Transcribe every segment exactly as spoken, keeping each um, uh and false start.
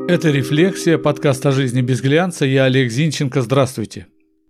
Это «Рефлексия», подкаст о жизни без глянца. Я Олег Зинченко. Здравствуйте.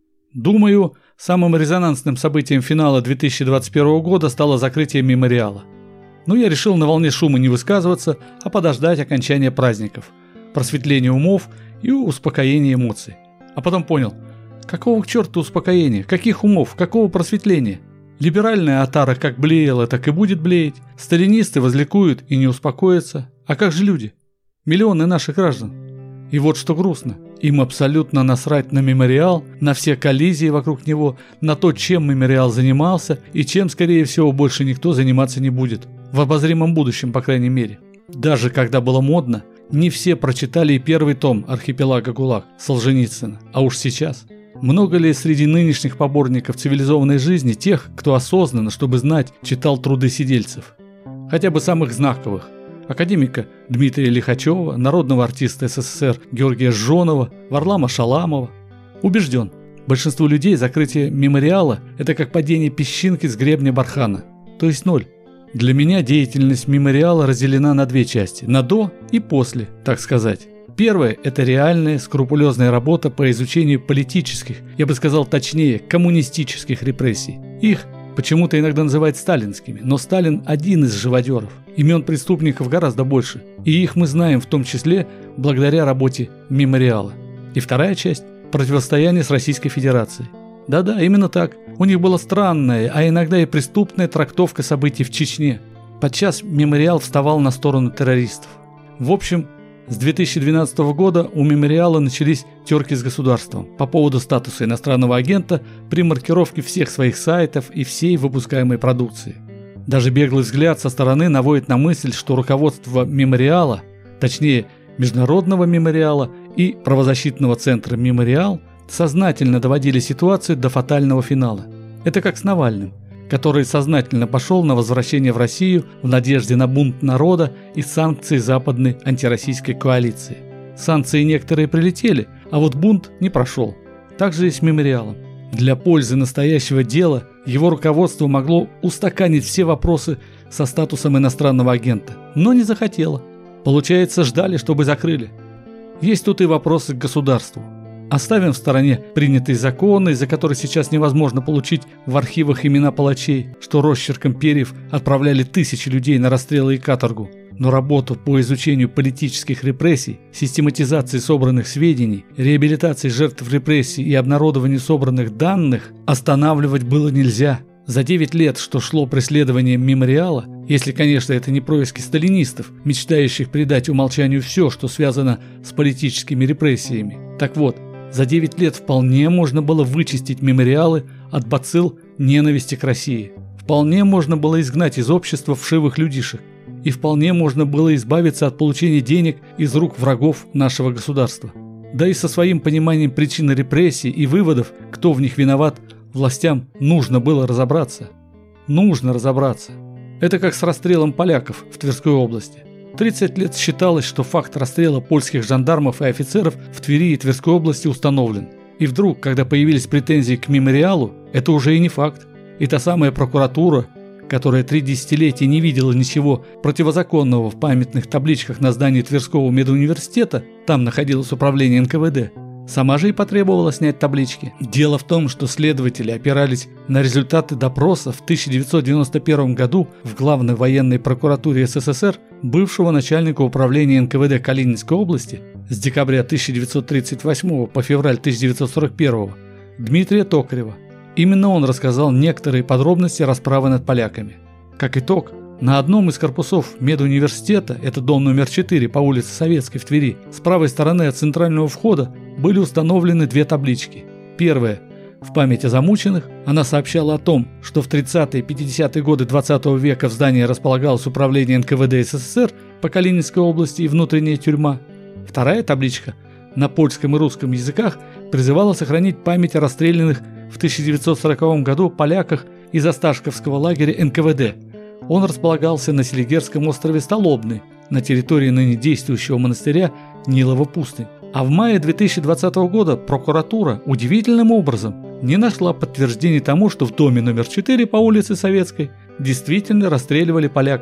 Думаю, самым резонансным событием финала две тысячи двадцать первого года стало закрытие мемориала. Но я решил на волне шума не высказываться, а подождать окончания праздников, просветления умов и успокоения эмоций. А потом понял, какого к черту успокоения, каких умов, какого просветления? Либеральная отара как блеяла, так и будет блеять. Сталинисты возликуют и не успокоятся. А как же люди? Миллионы наших граждан. И вот что грустно. Им абсолютно насрать на мемориал, на все коллизии вокруг него, на то, чем мемориал занимался и чем, скорее всего, больше никто заниматься не будет. В обозримом будущем, по крайней мере. Даже когда было модно, не все прочитали и первый том «Архипелага ГУЛАГ» Солженицына. А уж сейчас. Много ли среди нынешних поборников цивилизованной жизни тех, кто осознанно, чтобы знать, читал труды сидельцев? Хотя бы самых знаковых. Академика Дмитрия Лихачева, народного артиста СССР Георгия Жжонова, Варлама Шаламова. Убежден, большинству людей закрытие мемориала – это как падение песчинки с гребня бархана, то есть ноль. Для меня деятельность мемориала разделена на две части – на до и после, так сказать. Первое – это реальная, скрупулезная работа по изучению политических, я бы сказал точнее, коммунистических репрессий. Их почему-то иногда называют сталинскими, но Сталин один из живодеров. Имен преступников гораздо больше, и их мы знаем в том числе благодаря работе мемориала. И вторая часть – противостояние с Российской Федерацией. Да-да, именно так. У них была странная, а иногда и преступная трактовка событий в Чечне. Подчас мемориал вставал на сторону террористов. В общем, с две тысячи двенадцатого года у мемориала начались терки с государством по поводу статуса иностранного агента при маркировке всех своих сайтов и всей выпускаемой продукции. Даже беглый взгляд со стороны наводит на мысль, что руководство мемориала, точнее Международного мемориала и правозащитного центра «Мемориал» сознательно доводили ситуацию до фатального финала. Это как с Навальным, который сознательно пошел на возвращение в Россию в надежде на бунт народа и санкции западной антироссийской коалиции. Санкции некоторые прилетели, а вот бунт не прошел. Так же и с мемориалом. Для пользы настоящего дела его руководство могло устаканить все вопросы со статусом иностранного агента, но не захотело. Получается, ждали, чтобы закрыли. Есть тут и вопросы к государству. Оставим в стороне принятые законы, из-за которых сейчас невозможно получить в архивах имена палачей, что росчерком перьев отправляли тысячи людей на расстрелы и каторгу. Но работу по изучению политических репрессий, систематизации собранных сведений, реабилитации жертв репрессий и обнародованию собранных данных останавливать было нельзя. За девять лет, что шло преследование мемориала, если, конечно, это не происки сталинистов, мечтающих придать умолчанию все, что связано с политическими репрессиями. Так вот, за девять лет вполне можно было вычистить мемориалы от бацилл ненависти к России. Вполне можно было изгнать из общества вшивых людишек. И вполне можно было избавиться от получения денег из рук врагов нашего государства. Да и со своим пониманием причин репрессий и выводов, кто в них виноват, властям нужно было разобраться. Нужно разобраться. Это как с расстрелом поляков в Тверской области. тридцать лет считалось, что факт расстрела польских жандармов и офицеров в Твери и Тверской области установлен. И вдруг, когда появились претензии к мемориалу, это уже и не факт. И та самая прокуратура, которая три десятилетия не видела ничего противозаконного в памятных табличках на здании Тверского медуниверситета, там находилось управление эн ка вэ дэ, сама же и потребовала снять таблички. Дело в том, что следователи опирались на результаты допроса в тысяча девятьсот девяносто первом году в Главной военной прокуратуре эс эс эс эр бывшего начальника управления эн ка вэ дэ Калининской области с декабря тысяча девятьсот тридцать восьмого по февраль тысяча девятьсот сорок первого Дмитрия Токарева. Именно он рассказал некоторые подробности расправы над поляками. Как итог, на одном из корпусов медуниверситета, это дом номер четыре по улице Советской в Твери, с правой стороны от центрального входа были установлены две таблички. Первая – в память о замученных. Она сообщала о том, что в тридцатые и пятидесятые годы двадцатого века в здании располагалось управление эн ка вэ дэ эс эс эс эр по Калининской области и внутренняя тюрьма. Вторая табличка на польском и русском языках призывала сохранить память о расстрелянных в тысяча девятьсот сороковом году поляках из Осташковского лагеря эн ка вэ дэ. Он располагался на Селигерском острове Столобный, на территории ныне действующего монастыря Нилова пустынь. А в мае две тысячи двадцатого года прокуратура удивительным образом не нашла подтверждений тому, что в доме номер четыре по улице Советской действительно расстреливали поляков.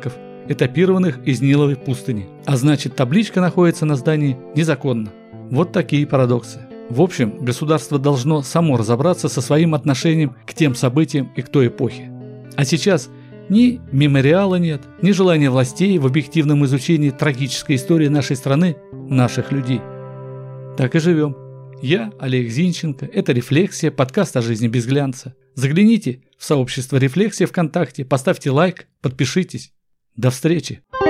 этапированных из Ниловой пустыни. А значит, табличка находится на здании незаконно. Вот такие парадоксы. В общем, государство должно само разобраться со своим отношением к тем событиям и к той эпохе. А сейчас ни мемориала нет, ни желания властей в объективном изучении трагической истории нашей страны, наших людей. Так и живем. Я Олег Зинченко, это «Рефлексия», подкаст о жизни без глянца. Загляните в сообщество «Рефлексия» ВКонтакте, поставьте лайк, подпишитесь. До встречи!